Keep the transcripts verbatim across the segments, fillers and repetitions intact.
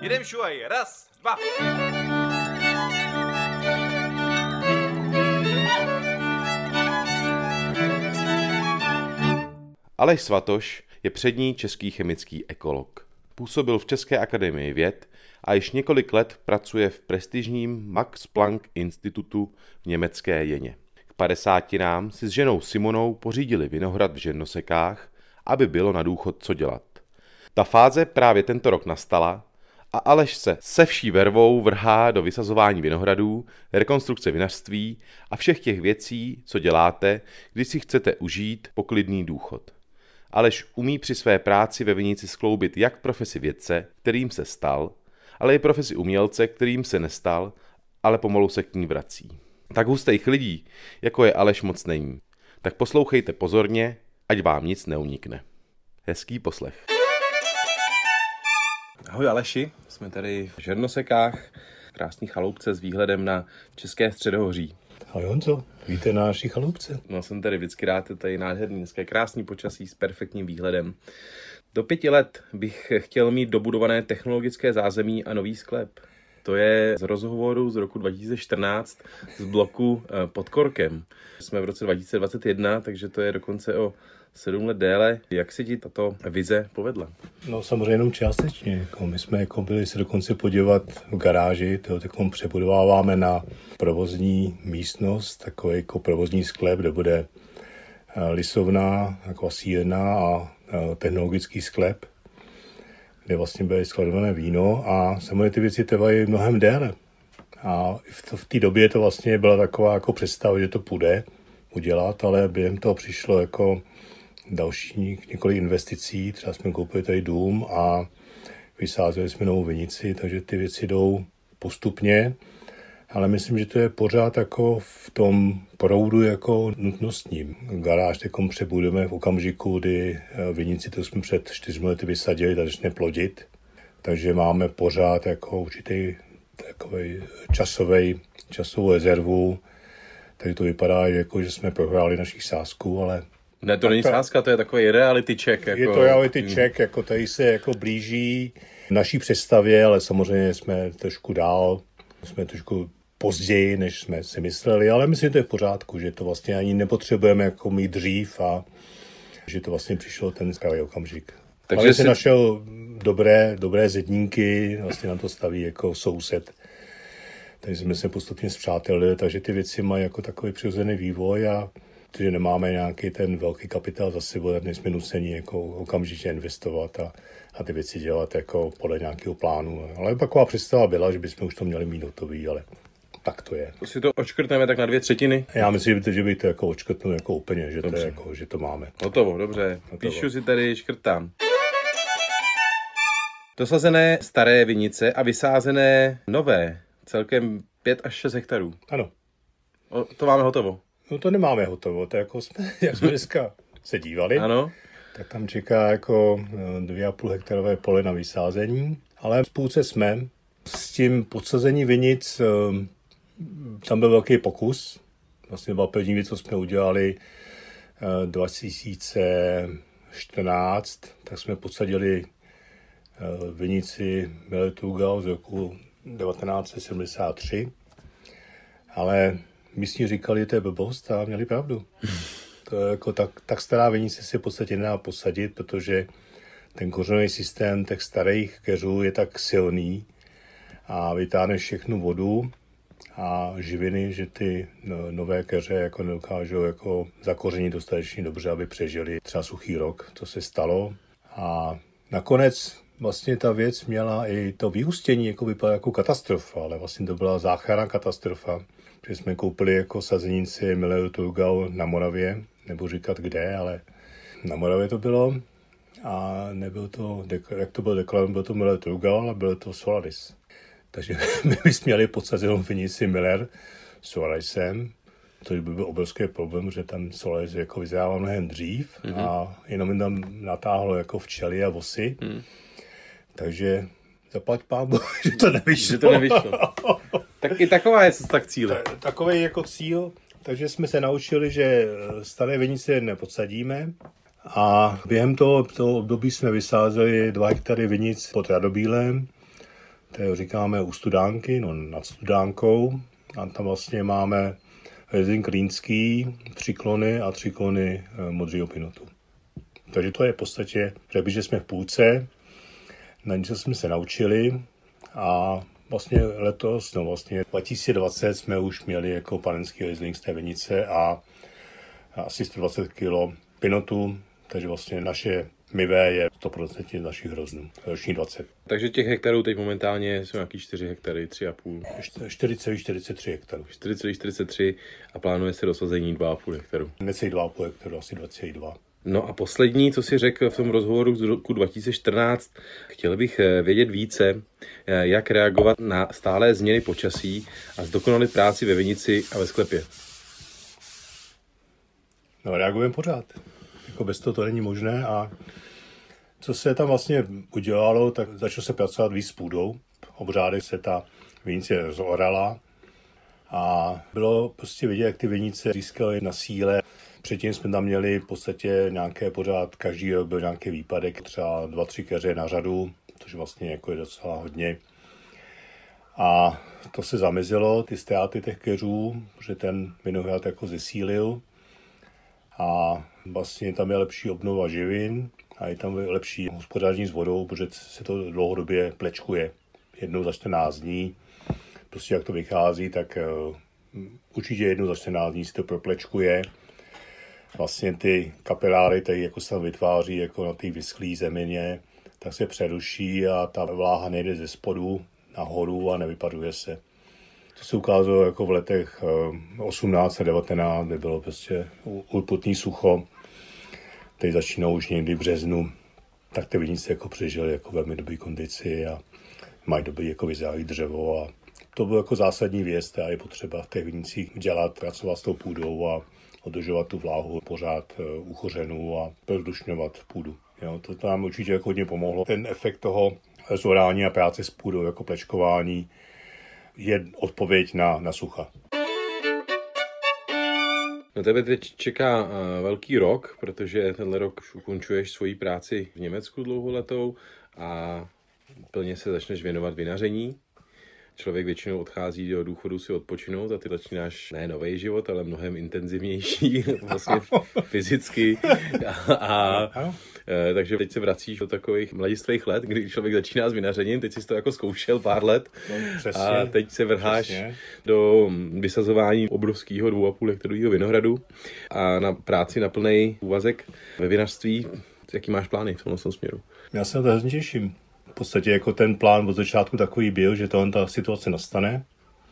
Jdem šuhaj, raz, dva. Aleš Svatoš je přední český chemický ekolog. Působil v České akademii věd a již několik let pracuje v prestižním Max Planck institutu v německé Jeně. K padesátinám si s ženou Simonou pořídili vinohrad v Žernosekách, aby bylo na důchod co dělat. Ta fáze právě tento rok nastala a Aleš se se vší vervou vrhá do vysazování vinohradů, rekonstrukce vinařství a všech těch věcí, co děláte, když si chcete užít poklidný důchod. Aleš umí při své práci ve vinici skloubit jak profesi vědce, kterým se stal, ale i profesi umělce, kterým se nestal, ale pomalu se k ní vrací. Tak hustých lidí, jako je Aleš, moc není. Tak poslouchejte pozorně, ať vám nic neunikne. Hezký poslech. Ahoj Aleši, jsme tady v Žernosekách, krásný chaloupce s výhledem na České středohoří. Ahoj Honzo, víte na naší chaloupce? No, jsem tady vždycky rád, je tady nádherný, dneska je krásný počasí s perfektním výhledem. Do pěti let bych chtěl mít dobudované technologické zázemí a nový sklep. To je z rozhovoru z roku dva tisíce čtrnáct z bloku Pod korkem. Jsme v roce dva tisíce dvacet jedna, takže to je dokonce o sedm let déle. Jak se ti tato vize povedla? No samozřejmě jenom částečně. Jako my jsme jako byli se dokonce podívat v garáži, toho takovou přebudováváme na provozní místnost, takový jako provozní sklep, kde bude lisovna, jako sírna a technologický sklep, kde vlastně bude skladované víno a samozřejmě ty věci trvají mnohem déle. A v té době to vlastně byla taková jako představa, že to půjde udělat, ale během toho přišlo jako další několik investicí, třeba jsme koupili tady dům a vysázeli jsme novou vinici, takže ty věci jdou postupně, ale myslím, že to je pořád jako v tom proudu jako nutnostním. Garáž takom přebudeme v okamžiku, kdy vinici, to jsme před čtyřmi lety vysadili, tak začne plodit, takže máme pořád jako určitý takovej časový, časovou rezervu, takže to vypadá, jako, že jsme prohráli naši sázku, ale ne, to není to, sázka, to je takový reality check. Jako, je to reality check, jako tady se jako blíží naší představě, ale samozřejmě jsme trošku dál, jsme trošku později, než jsme si mysleli, ale myslím, že to je v pořádku, že to vlastně ani nepotřebujeme jako mít dřív a že to vlastně přišlo ten skvělý okamžik. Takže ale si našel dobré, dobré zedníky, vlastně na to staví jako soused. Takže jsme se postupně spřátelili, takže ty věci mají jako takový přirozený vývoj a protože nemáme nějaký ten velký kapitál za sebou, tak nejsme nuceni jako okamžitě investovat a, a ty věci dělat jako podle nějakého plánu. Ale taková představa byla, že bychom už to měli mít hotový, ale tak to je. Si to očkrtneme tak na dvě třetiny? Já myslím, že bych to jako očkrtnul jako úplně, že, to je jako, že to máme. Hotovo, dobře. Hotovo. Píšu si tady, škrtám. Dosazené staré vinice a vysázené nové, celkem pět až šest hektarů. Ano. O, to máme hotovo. No to nemáme hotovo, to jako jsme, jak jsme dneska se dívali, ano. Tak tam čeká jako dvě a půl hektarové pole na vysázení, ale v půlce jsme. S tím podsazení vinic, tam byl velký pokus, vlastně byla první věc, co jsme udělali dva tisíce čtrnáct, tak jsme podsadili vinici Miller Thurgau z roku devatenáct set sedmdesát tři, ale místní říkali, že to je blbost a měli pravdu. To je jako tak, tak stará vinice se v podstatě nedá posadit, protože ten kořenový systém těch starých keřů je tak silný a vytáhne všechnu vodu a živiny, že ty nové keře jako nedokážou jako zakořenit dostatečně dobře, aby přežili třeba suchý rok, co se stalo. A nakonec vlastně ta věc měla i to vyústění, jako vypadá jako katastrofa, ale vlastně to byla záchranná katastrofa. Protože jsme koupili jako sazenici Miller Thurgau na Moravě, nebo říkat kde, ale na Moravě to bylo. A nebyl to, jak to bylo deklarováno, byl to Miller Thurgau, ale byl to Solaris. Takže my bychom měli podsazenou vinici Miller Solarisem, což by byl obrovský problém, že ten Solaris jako vyzrával mnohem dřív mm-hmm. a jenom tam natáhlo jako včely a vosy. Mm. Takže zaplať pánu, že to nevyšlo. Že to nevyšlo. Tak i taková je tak cíle. Takový jako cíl, takže jsme se naučili, že staré vinice nepodsadíme a během toho, toho období jsme vysázeli dva hektary vinic pod Radobílem, To říkáme u Studánky, no nad Studánkou. A tam vlastně máme Riesling Rýnský, tři klony a tři klony modrýho pinotu. Takže to je v podstatě, řekl bych, že jsme v půlce, na něco jsme se naučili a vlastně letos, no vlastně dva tisíce dvacet jsme už měli jako panenský Riesling z té vinice a asi sto dvacet kilo pinotu, takže vlastně naše mivé je sto procent z našich hroznů, roční dvacet. Takže těch hektarů teď momentálně jsou nějaký čtyři hektary, tři a půl. čtyři celá čtyřicet tři hektarů. čtyři celá čtyřicet tři a plánuje se dosazení dva a půl hektaru. Necelý dva a půl hektaru, asi dva celá dva. No a poslední, co si řekl v tom rozhovoru z roku dva tisíce čtrnáct, chtěl bych vědět více, jak reagovat na stálé změny počasí a zdokonalit práci ve vinici a ve sklepě. No, reagujeme pořád. Jako bez toho to není možné a co se tam vlastně udělalo, tak začalo se pracovat víc s půdou. Obřádek se ta vinice zorala a bylo prostě vidět, jak ty vinice získaly na síle. Předtím jsme tam měli v podstatě nějaké pořád, každý rok byl nějaký výpadek, třeba dva, tři keře na řadu, což vlastně jako je docela hodně. A to se zamezilo, ty ztráty těch keřů, že ten vinohrad jako zesílil. A vlastně tam je lepší obnova živin a je tam lepší hospodaření s vodou, protože se to dlouhodobě plečkuje. Jednou za čtrnáct dní, prostě jak to vychází, tak uh, určitě jednou za čtrnáct dní se to proplečkuje. Vlastně ty kapiláry, které jako se tam vytváří jako na té vyschlé zemině, tak se přeruší a ta vláha nejde ze spodu nahoru a nevypaduje se. To se ukázalo jako v letech osmnáct a devatenáct, kde bylo prostě urputný sucho. Teď začínou už někdy v březnu, tak ty vinice jako přežily jako velmi dobrý kondici a mají dobrý jako vyzrálý dřevo. A to bylo jako zásadní věc, a je potřeba v těch vinicích dělat, pracovat s tou půdou a udržovat tu vláhu pořád uchořenou a prozdušňovat půdu. Jo, to nám určitě jako hodně pomohlo. Ten efekt toho zorání a práce s půdou, jako plečkování, je odpověď na, na sucha. Na tebe teď čeká uh, velký rok, protože tenhle rok už ukončuješ svoji práci v Německu dlouholetou a plně se začneš věnovat vinaření. Člověk většinou odchází do důchodu si odpočinout a ty začínáš ne nový život, ale mnohem intenzivnější, vlastně fyzicky. A, a, takže teď se vracíš do takových mladistvých let, kdy člověk začíná s vinařením, teď jsi to jako zkoušel pár let no, přesně, a teď se vrháš přesně. do vysazování obrovského dvou a půl hektarového vinohradu a na práci na plný úvazek ve vinařství. Jaký máš plány v tomhle směru? Já se na to hrozně těším. V podstatě jako ten plán od začátku takový byl, že tohle ta situace nastane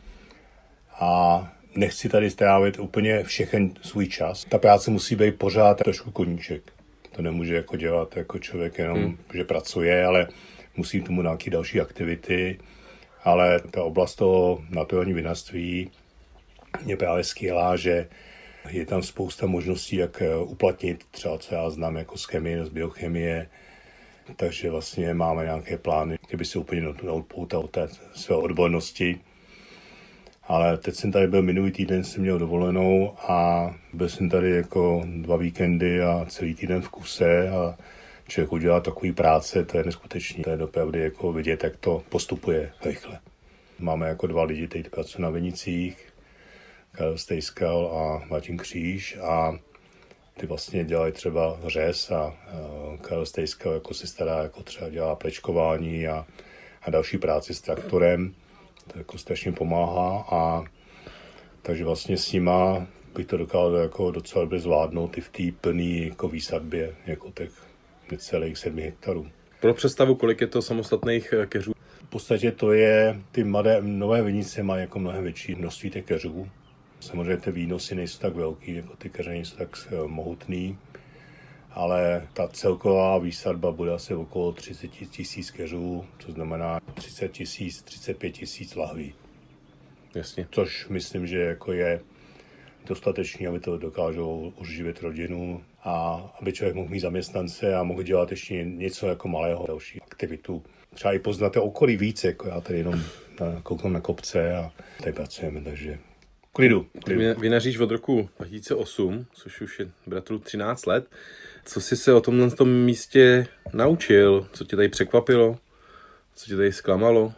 a nechci tady strávit úplně všechen svůj čas. Ta práce musí být pořád trošku koníček. To nemůže jako dělat jako člověk jenom, hmm. že pracuje, ale musí tomu nějaké další aktivity. Ale ta oblast toho naturální vinařství je právě skvělá, že je tam spousta možností, jak uplatnit třeba, co já znám jako z chemie, z biochemie. Takže vlastně máme nějaké plány, kdyby se úplně neodpoutal od té své odbornosti. Ale teď jsem tady byl minulý týden, jsem měl dovolenou a byl jsem tady jako dva víkendy a celý týden v kuse a člověk udělá takový práce, to je neskutečný. To je opravdu jako vidět, jak to postupuje rychle. Máme jako dva lidi, kteří pracují na vinicích, Karel Stejskal a Martin Kříž a ty vlastně dělají třeba řez a uh, Karel Stejskal jako se stará, jako třeba dělá plečkování a, a další práci s traktorem. To jako strašně pomáhá a takže vlastně s nima bych to dokázal jako docela dobře zvládnout i v té plné jako výsadbě jako těch necelých sedmi hektarů. Pro představu, kolik je to samostatných keřů? V podstatě to je, ty mladé, nové vinice mají jako mnohem větší množství těch keřů. Samozřejmě ty výnosy nejsou tak velký, jako ty keře nejsou tak mohutný, ale ta celková výsadba bude asi okolo třicet tisíc keřů, to znamená třicet tisíc, třicet pět tisíc lahví. Jasně. Což myslím, že jako je dostatečný, aby to dokážou uživit rodinu a aby člověk mohl mít zaměstnance a mohl dělat ještě něco jako malého další aktivitu. Třeba i poznat to okolí více, jako já tady jenom kouknu na kopce a tady pracujeme, takže klidu. klidu. Vinaříš od roku dva tisíce osm, což už je bratru třináct let. Co jsi se o tomhle tom místě naučil? Co tě tady překvapilo? Co tě tady zklamalo?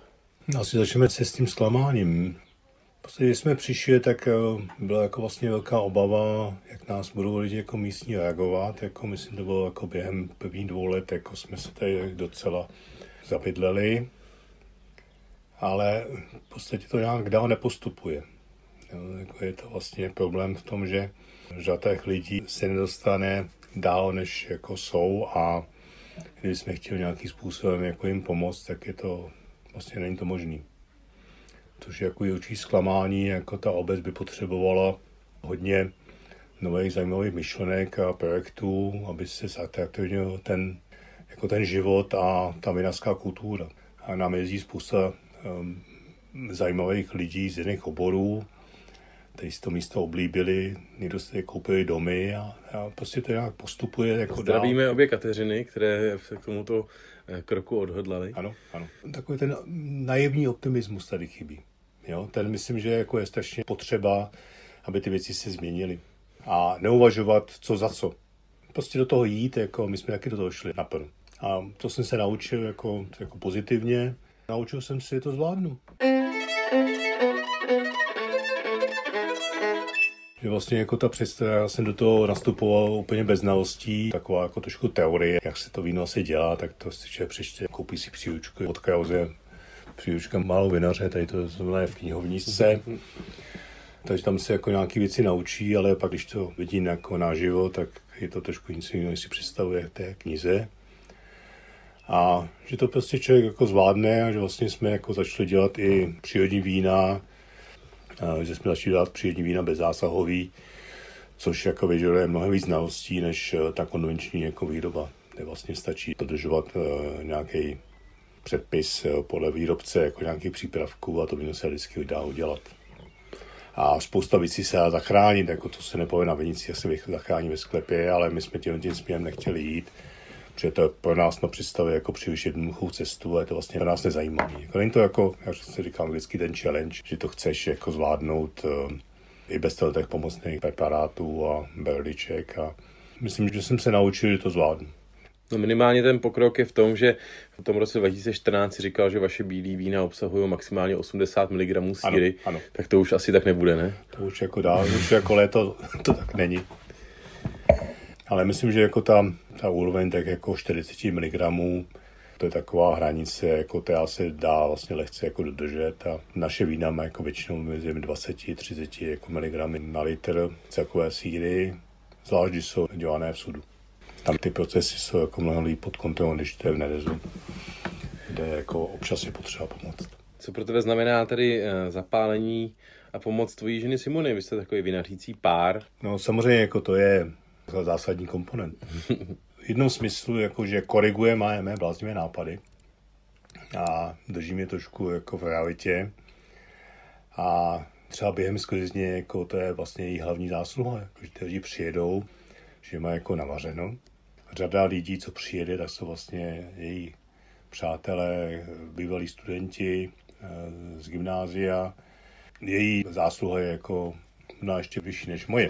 Asi začneme se s tím zklamáním. Prostě, když jsme přišli, tak byla jako vlastně velká obava, jak nás budou lidi jako místní reagovat. Jako myslím, to bylo jako během prvních dvou let, jako jsme se tady docela zabydleli. Ale v podstatě to nějak dál nepostupuje. Jako je to vlastně problém v tom, že řada těch lidí se nedostane dál, než jako jsou, a když jsme chtěli nějakým způsobem jako jim pomoct, tak je to vlastně není to možný. Což je jako určitý zklamání, jako ta obec by potřebovala hodně nových zajímavých myšlenek a projektů, aby se zatraktivnil ten, jako ten život a ta vinařská kultura. A nám jezdí spousta um, zajímavých lidí z jiných oborů, kteří si to místo oblíbili, někdo si koupili domy a, a prostě to nějak postupuje jako Zdravíme dál. obě Kateřiny, které se k tomuto kroku odhodlali. Ano, ano. Takový ten naivní optimismus tady chybí. Jo? Ten myslím, že jako je strašně potřeba, aby ty věci se změnily. A neuvažovat co za co. Prostě do toho jít, jako my jsme taky do toho šli naplno. A to jsem se naučil jako, jako pozitivně. Naučil jsem si, že to zvládnu. Že vlastně jako ta představa, já jsem do toho nastupoval úplně bez znalostí, taková jako trošku teorie, jak se to víno asi dělá, tak to si člověk přečte, koupí si příručku od Krause, příručka Málo vinaře, tady to znamená v knihovničce. Takže tam se jako nějaké věci naučí, ale pak, když to vidí jako naživo, tak je to trošku nic jiného, než si představuje v té knize. A že to prostě člověk jako zvládne a že vlastně jsme jako začali dělat i přírodní vína, a že jsme začali dělat přírodní vína bezzásahový, což jako vyžaduje mnohem víc znalostí než ta konvenční jako výroba, kde vlastně stačí dodržovat uh, nějaký předpis podle výrobce, jako nějaký přípravků, a to víno se vždycky dá udělat. A spousta věcí se dá zachránit, jako to se nepovede na vinici, jak se zachrání ve sklepě, ale my jsme tím, tím směrem nechtěli jít, protože to pro nás no, představuje jako příliš jednoduchou cestu a je to vlastně pro nás nezajímavé. Jako není to jako, jak se říkám, vždycky ten challenge, že to chceš jako zvládnout uh, i bez těch pomocných preparátů a berliček, a myslím, že jsem se naučil, že to zvládnu. No minimálně ten pokrok je v tom, že v tom roce dva tisíce čtrnáct si říkal, že vaše bílý vína obsahují maximálně osmdesát miligramů síry, ano, ano. Tak to už asi tak nebude, ne? To už jako dál, už jako léto to tak není. Ale myslím, že jako ta, ta úroveň tak jako čtyřicet miligramů, to je taková hranice, jako která se dá vlastně lehce jako dodržet, a naše vína má jako většinou mezi dvacet až třicet jako miligramy na litr celkové síry, zvlášť když jsou dělané v sudu. Tam ty procesy jsou jako mnohem líp pod kontrolou, když to je v nerezu, kde jako občas je potřeba pomoct. Co pro tebe znamená tady zapálení a pomoc tvojí ženy Simony? Vy jste takový vinařící pár. No samozřejmě jako to je zásadní komponent. V jednom smyslu, jako, že koriguje mé, mé bláznivé nápady a drží mě trošku jako v realitě. A třeba během sklizně, jako to je vlastně její hlavní zásluha, jako, že ty lidi přijedou, že má jako navařeno. Řada lidí, co přijede, tak jsou vlastně její přátelé, bývalí studenti z gymnázia. Její zásluha je jako možná ještě vyšší než moje.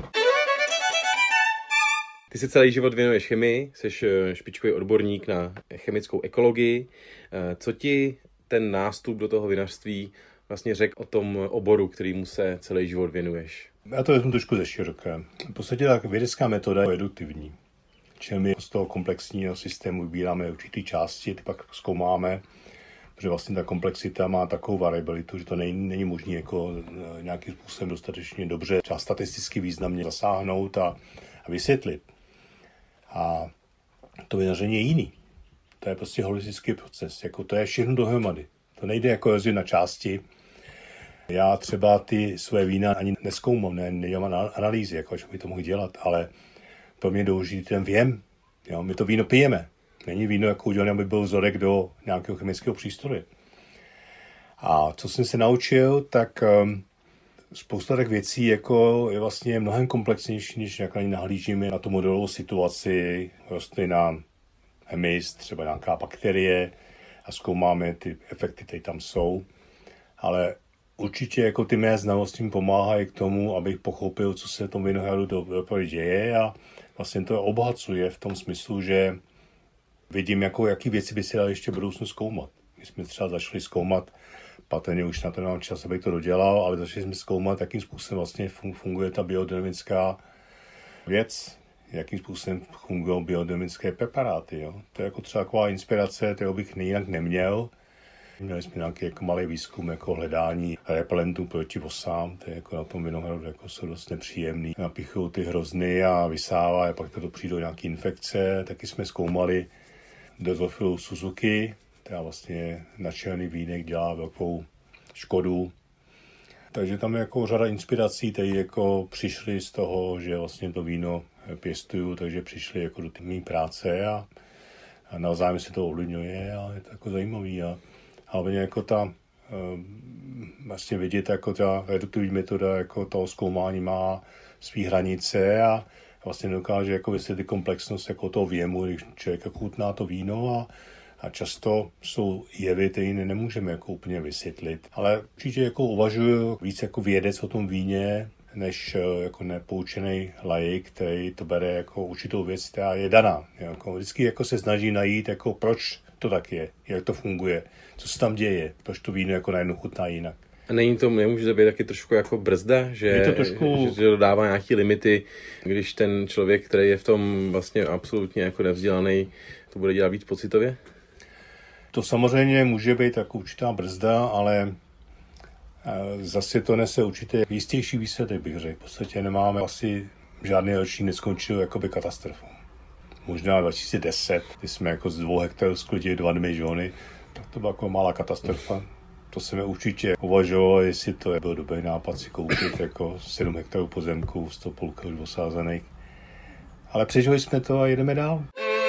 Ty se celý život věnuješ chemii, jsi špičkový odborník na chemickou ekologii. Co ti ten nástup do toho vinařství vlastně řekl o tom oboru, kterýmu se celý život věnuješ? Já to vezmu trošku ze široké. V podstatě tak vědecká metoda je deduktivní. Čili my z toho komplexního systému vybíráme určitý části, ty pak zkoumáme, protože vlastně ta komplexita má takovou variabilitu, že to není, není možné jako nějakým způsobem dostatečně dobře, třeba statisticky významně zasáhnout a, a vysvětlit. A to vinaření je jiný. To je prostě holistický proces. Jako to je všechno dohromady. To nejde jako rozdělit na části. Já třeba ty své vína ani nezkoumám, ne, nedělám analýzy, jako bych to mohl dělat, ale pro mě důležitý ten věm. Jo? My to víno pijeme. Není víno jako udělané, aby byl vzorek do nějakého chemického přístroje. A co jsem se naučil, tak um, spousta tak věcí jako je vlastně mnohem komplexnější, než jak ani nahlížíme na tu modelovou situaci, rostlina, hmyz, třeba nějaká bakterie a zkoumáme ty efekty, které tam jsou. Ale určitě jako ty mé znalosti mi pomáhají k tomu, abych pochopil, co se v tom vinohradu doopravdy děje, a vlastně to obohacuje v tom smyslu, že vidím, jako, jaký věci by se dali ještě v budoucnu zkoumat. My jsme třeba začali zkoumat, patrně už na to nemám čas, abych to dodělal, ale začali jsme zkoumat, jakým způsobem vlastně funguje ta biodynamická věc, jakým způsobem fungují biodynamické preparáty. Jo. To je jako třeba taková inspirace, kterou bych jinak neměl. Měli jsme nějaký jako malý výzkum, jako hledání repelentů proti vosám, to je jako na tom vinohradu jako jsou dost nepříjemný. Napichují ty hrozny a vysává, a pak to přijdou nějaké infekce. Taky jsme zkoumali Drosophilus Suzuki, která vlastně na černý vínek dělá velkou škodu. Takže tam je jako řada inspirací, které jako přišly z toho, že vlastně to víno pěstuju, takže přišly jako do té mý práce a, a navzájem se to ovlivňuje a je to jako zajímavý. A hlavně jako ta vlastně vidět, jako ta reduktivní metoda jako toho zkoumání má svý hranice a vlastně dokáže jako vysvětlit komplexnost jako toho věmu, když člověk chutná to víno a, a často jsou jevy, které nemůžeme jako úplně vysvětlit. Ale určitě jako uvažuji víc jako vědec o tom víně, než jako nepoučený laik, který to bere jako určitou věc, která je daná. Jako vždycky jako se snaží najít, jako proč to tak je, jak to funguje, co se tam děje, proč to víno jako najednou chutná jinak. A není to, nemůže to být taky trošku jako brzda, že, to trošku... že to dává nějaký limity, když ten člověk, který je v tom vlastně absolutně jako nevzdělaný, to bude dělat víc pocitově? To samozřejmě může být jako určitá brzda, ale zase to nese určitě jistější výsledek, bych řekl. V podstatě nemáme asi žádný ročník neskončil jakoby katastrofu. Možná dva tisíce deset, kdy jsme jako z dvou hektarů sklidili dva miliony, tak to byla jako malá katastrofa. To jsme určitě uvažovali, jestli to byl dobrý nápad si koupit jako sedm hektarů pozemků, sto půlka už osázených. Ale přežili jsme to a jedeme dál.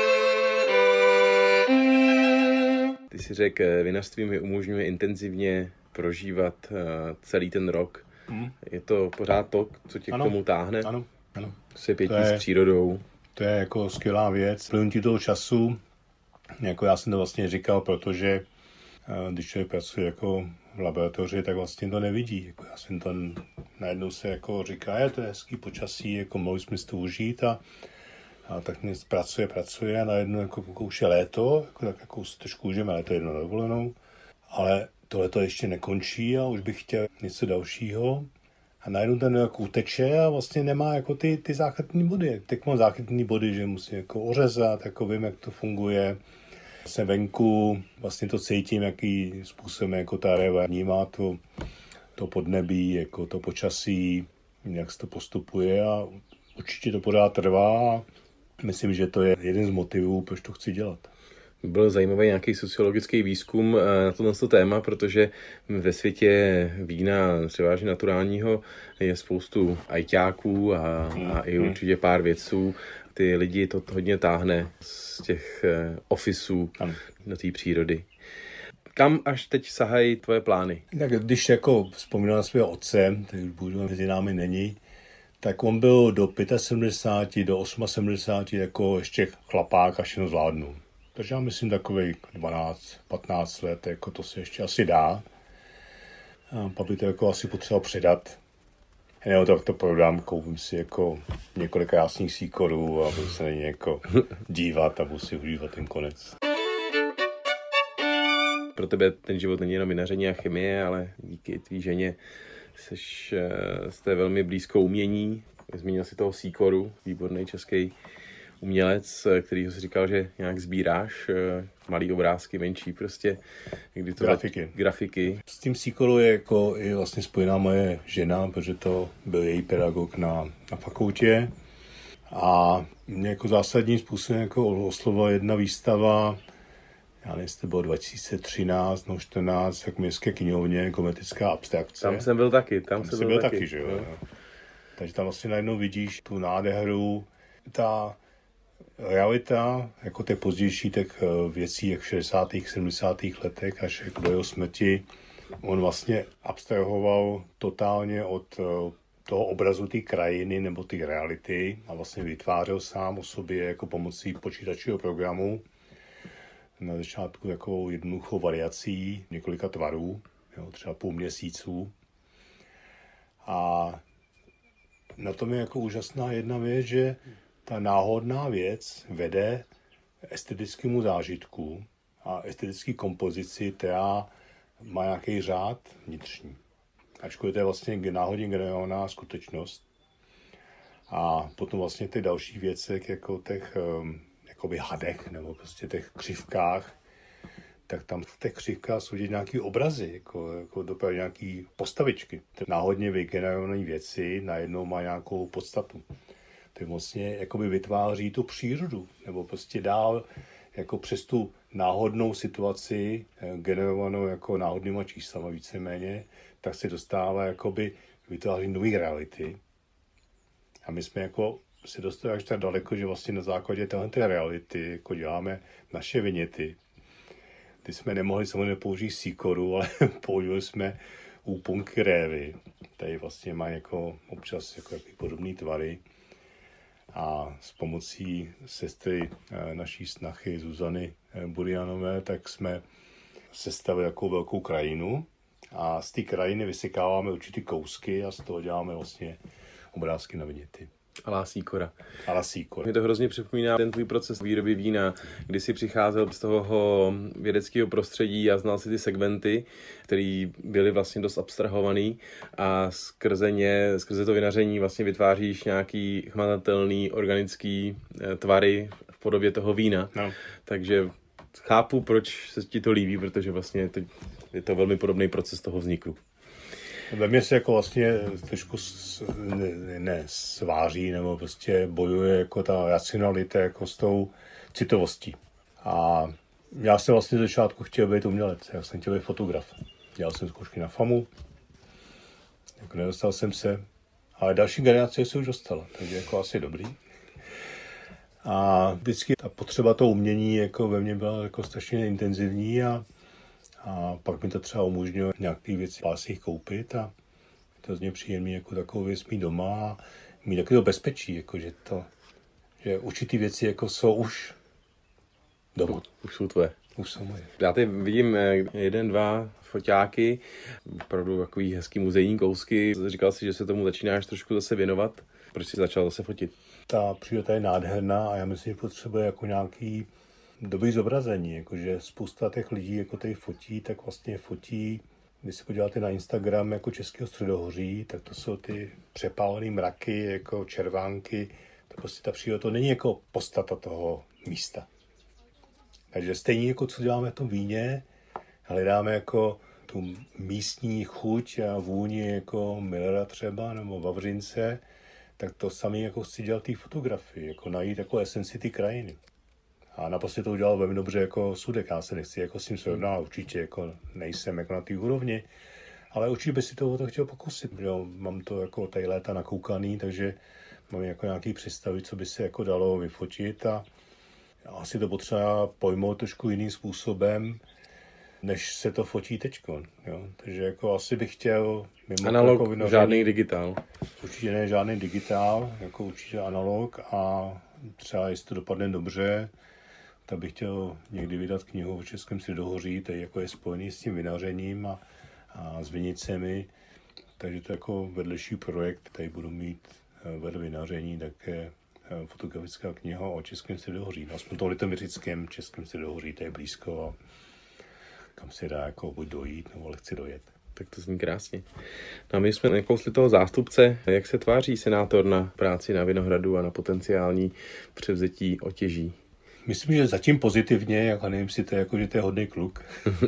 Ty si řekl, vinařství mi umožňuje intenzivně prožívat celý ten rok. Hmm. Je to pořád to, co tě ano, k tomu táhne? Ano, ano. Se pětí s přírodou. To je jako skvělá věc. Plynutí toho času, jako já jsem to vlastně říkal, protože když člověk pracuje jako v laboratoři, tak vlastně to nevidí. Jako já jsem to najednou se jako říká, je to je hezký počasí, jako mohli jsme si to užít a, a tak mě pracuje, pracuje a najednou jako už je léto, jako, tak jako trošku užijeme léto jedno na dovolenou, ale tohleto ještě nekončí a už bych chtěl něco dalšího. A najednou ten jako uteče a vlastně nemá jako ty, ty záchytné body. Teď mám záchytné body, že musím jako ořezat, jako vím, jak to funguje. Jsem venku, vlastně to cítím, jaký způsobem jako ta réva vnímá to, to podnebí, jako to počasí, jak se to postupuje a určitě to pořád trvá a myslím, že to je jeden z motivů, proč to chci dělat. Byl zajímavý nějaký sociologický výzkum na tohle téma, protože ve světě vína převážně naturálního je spoustu ajťáků a, mm. a i určitě pár vědců. Ty lidi to hodně táhne z těch ofisů ano. do té přírody. Kam až teď sahají tvoje plány? Tak když jako vzpomínám na svého otce, který už mezi námi není, tak on byl do sedmdesáti pěti, do sedmdesáti osmi jako ještě chlapák a všechno zvládnul. Takže já myslím takových dvanáct patnáct let, jako to se ještě asi dá. A pak by to jako asi potřeboval předat. Nebo tak to prodám, koupím si jako několik krásných síkorů a budu se na ně jako dívat a budu si užívat ten konec. Pro tebe ten život není jenom vinaření a chemie, ale díky tvý ženě seš, jste velmi blízko umění. Zmínil si toho síkoru, výborný český umělec, kterýho si říkal, že nějak sbíráš malý obrázky, menší prostě. Kdy to grafiky. grafiky. S tím síkorou je jako i vlastně spojená moje žena, protože to byl její pedagog na, na fakultě. A mě jako zásadním způsobem jako oslovila jedna výstava, já nevím, jestli to bylo dva tisíce třináct nebo čtrnáct, jak městské knihovně, geometrická abstrakce. Tam jsem byl taky. Tam, tam jsem byl, byl taky, taky, že jo. jo. Takže tam vlastně najednou vidíš tu nádheru, ta realita, jako těch pozdější těch věcí, jak v šedesátých sedmdesátých letech až jako do jeho smrti, on vlastně abstrahoval totálně od toho obrazu té krajiny nebo té reality a vlastně vytvářel sám o sobě jako pomocí počítačového programu na začátku jako jednoduchou variací několika tvarů, jo, třeba půl měsíců. A na tom je jako úžasná jedna věc, že ta náhodná věc vede estetickému zážitku a estetické kompozici, která má nějaký řád vnitřní. Ačkoliv to je vlastně náhodně generovaná skutečnost. A potom vlastně těch dalších věcech, jako těch jakoby hadech, nebo prostě těch křivkách, tak tam v těch křivkách jsou nějaké obrazy, jako, jako dopravy nějaké postavičky. Ty náhodně vygenerované věci najednou má nějakou podstatu. To vlastně jakoby vytváří tu přírodu, nebo prostě dál jako přes tu náhodnou situaci, generovanou jako náhodnýma číslama víceméně, tak se dostává jakoby vytváří nové reality. A my jsme jako se dostali až tak daleko, že vlastně na základě téhle reality jako děláme naše viněty. Ty jsme nemohli samozřejmě použít síkoru, ale použili jsme úponky révy. Tady vlastně mají jako občas jako podobné tvary. A s pomocí sestry naší snachy Zuzany Burianové, tak jsme sestavili jako velkou krajinu. A z té krajiny vysekáváme určitý kousky a z toho děláme vlastně obrázky na viněty. Alá síkora. Alá síkora. Mě to hrozně připomíná ten tvůj proces výroby vína, kdy jsi přicházel z toho vědeckého prostředí a znal si ty segmenty, které byly vlastně dost abstrahovaný a skrze ně, skrze to vinaření vlastně vytváříš nějaký hmatatelný organický tvary v podobě toho vína. No. Takže chápu, proč se ti to líbí, protože vlastně je to velmi podobný proces toho vzniku. Ve mně se jako vlastně trošku ne, ne sváří, nebo prostě bojuje jako ta racionalita jako s tou citovostí. A já jsem vlastně z začátku chtěl být umělec, já jsem chtěl být fotograf. Dělal jsem zkoušky na FAMu, jako nedostal jsem se, ale další generace se už dostala, takže jako asi dobrý. A vždycky ta potřeba toho umění jako ve mně byla jako strašně intenzivní a A pak mi to třeba umožnilo nějaké věci pásích koupit a to z mě příjemný jako takovou věc mít doma a mít takové bezpečí, jako že to, že určitý věci jako jsou už doma. Už jsou tvoje. Už jsou moje. Já tady vidím jeden, dva foťáky, opravdu takový hezký muzejní kousky. Říkal jsi, že se tomu začínáš trošku zase věnovat. Proč jsi začal zase fotit? Ta příroda je nádherná a já myslím, že potřebuje jako nějaký dobrý zobrazení, jakože spousta těch lidí, jako tady fotí, tak vlastně fotí, když se podíváte na Instagram jako Českého středohoří, tak to jsou ty přepálené mraky, jako červánky, to prostě ta příroda, to není jako podstata toho místa. Takže stejně jako co děláme v tom víně, hledáme jako tu místní chuť a vůni jako Millera třeba, nebo Vavřince, tak to samé jako chci dělat té fotografii, jako najít jako esenci té krajiny. A naposledy to udělal velmi dobře jako Sudek. Já se nechci jako s tím srovnat, určitě jako nejsem jako na té úrovni, ale určitě by si to, to chtěl pokusit. Jo. Mám to jako tady léta nakoukaný, takže mám jako nějaký představy, co by se jako dalo vyfotit a asi to potřeba pojmout trošku jiným způsobem, než se to fotí teďko. Jo. Takže jako asi bych chtěl... Analog, jako vynoření, žádný digitál. Určitě ne žádný digitál, jako určitě analog a třeba jestli to dopadne dobře, tak bych chtěl někdy vydat knihu o Českém středohoří, tady jako je spojený s tím vinařením a, a s vinicemi, takže to je jako vedlejší projekt, tady budu mít vedle vinaření také fotografická kniha o Českém středohoří, aspoň to litomyřickém Českém středohoří, to je blízko a kam se dá jako buď dojít, nebo lehce dojet. Tak to zní krásně. No a my jsme nakousli toho zástupce. Jak se tváří senátor na práci na Vinohradu a na potenciální převzetí otěží? Myslím, že zatím pozitivně, jako nevím si to je jako, že to je hodný kluk.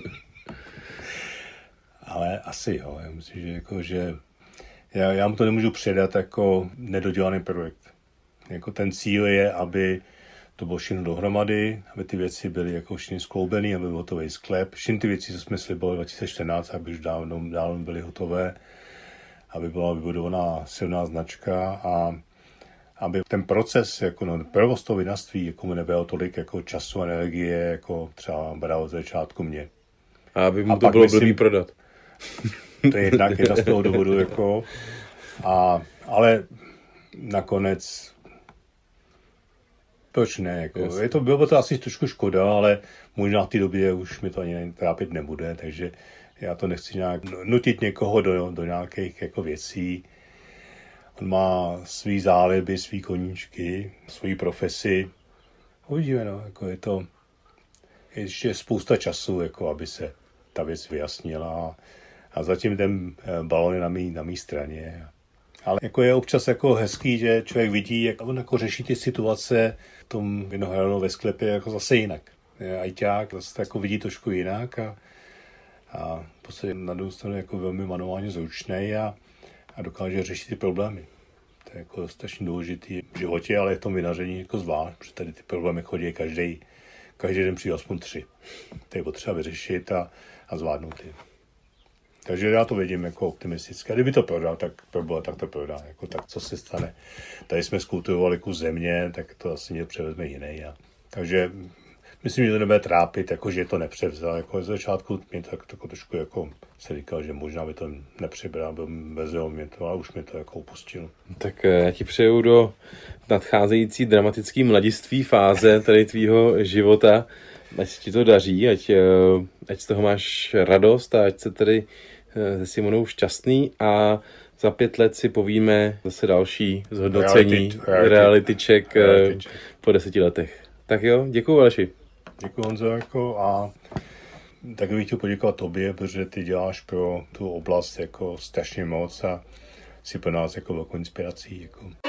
Ale asi jo, já myslím, že jako, že já, já mu to nemůžu předat jako nedodělaný projekt. Jako ten cíl je, aby to bylo všechno dohromady, aby ty věci byly jako všechny skloubený, aby byl hotový sklep. Všechny ty věci, co jsme slibovali dva tisíce čtrnáct, aby už dávno, dávno byly hotové, aby byla vybudovaná silná značka a aby ten proces, jako no, provoz toho vinařství, jako mu nebylo tolik jako času a energie, jako třeba bral od začátku mě. A aby mu a to bylo myslím, blbý prodat. To je jednak jedna z toho důvodu, jako, a, ale nakonec proč ne, jako, yes. je to, bylo to asi trošku škoda, ale možná v té době už mi to ani trápit nebude, takže já to nechci nějak nutit někoho do, do nějakých jako věcí. On má svý záliby, svý koníčky, svoji profesi. Uvidíme, no, jako je to, ještě spousta času, jako aby se ta věc vyjasnila. A zatím ten balon je na mý, na mý straně. Ale jako je občas jako hezký, že člověk vidí, jak on jako řeší ty situace v tom vinohradu ve sklepě jako zase jinak. Ajťák zase jako vidí trošku jinak a, a v podstatě na druhou stranu jako velmi manuálně zručnej a, a dokáže řešit ty problémy. To je jako strašně důležitý v životě, ale v tom vinaření jako zvlášť, protože tady ty problémy chodí každý, každý den přijde aspoň tři. To je potřeba vyřešit a, a zvládnout je. Takže já to vidím jako optimisticky. A kdyby to prodal, tak proboha, tak to prodá. Jako tak, co se stane. Tady jsme skultivovali kus země, tak to asi někdo převezme jiný. A, takže myslím, že to nebude trápit, jako, že to nepřevzal. Jako z začátku mě tak, tak trošku jako se říkal, že možná by to nepřibral, vezl mě to, ale už mě to jako upustil. Tak já ti přeju do nadcházející dramatický mladiství fáze tady tvýho života. Ať ti to daří, ať, ať z toho máš radost a ať se tady se Simonou šťastný a za pět let si povíme zase další zhodnocení reality, reality check reality check po deseti letech. Tak jo, děkuju Aleši. Děkuji Honzo jako a tak bych chtěl poděkovat tobě, protože ty děláš pro tu oblast jako strašně moc a si pro nás jako velkou inspirací. Jako.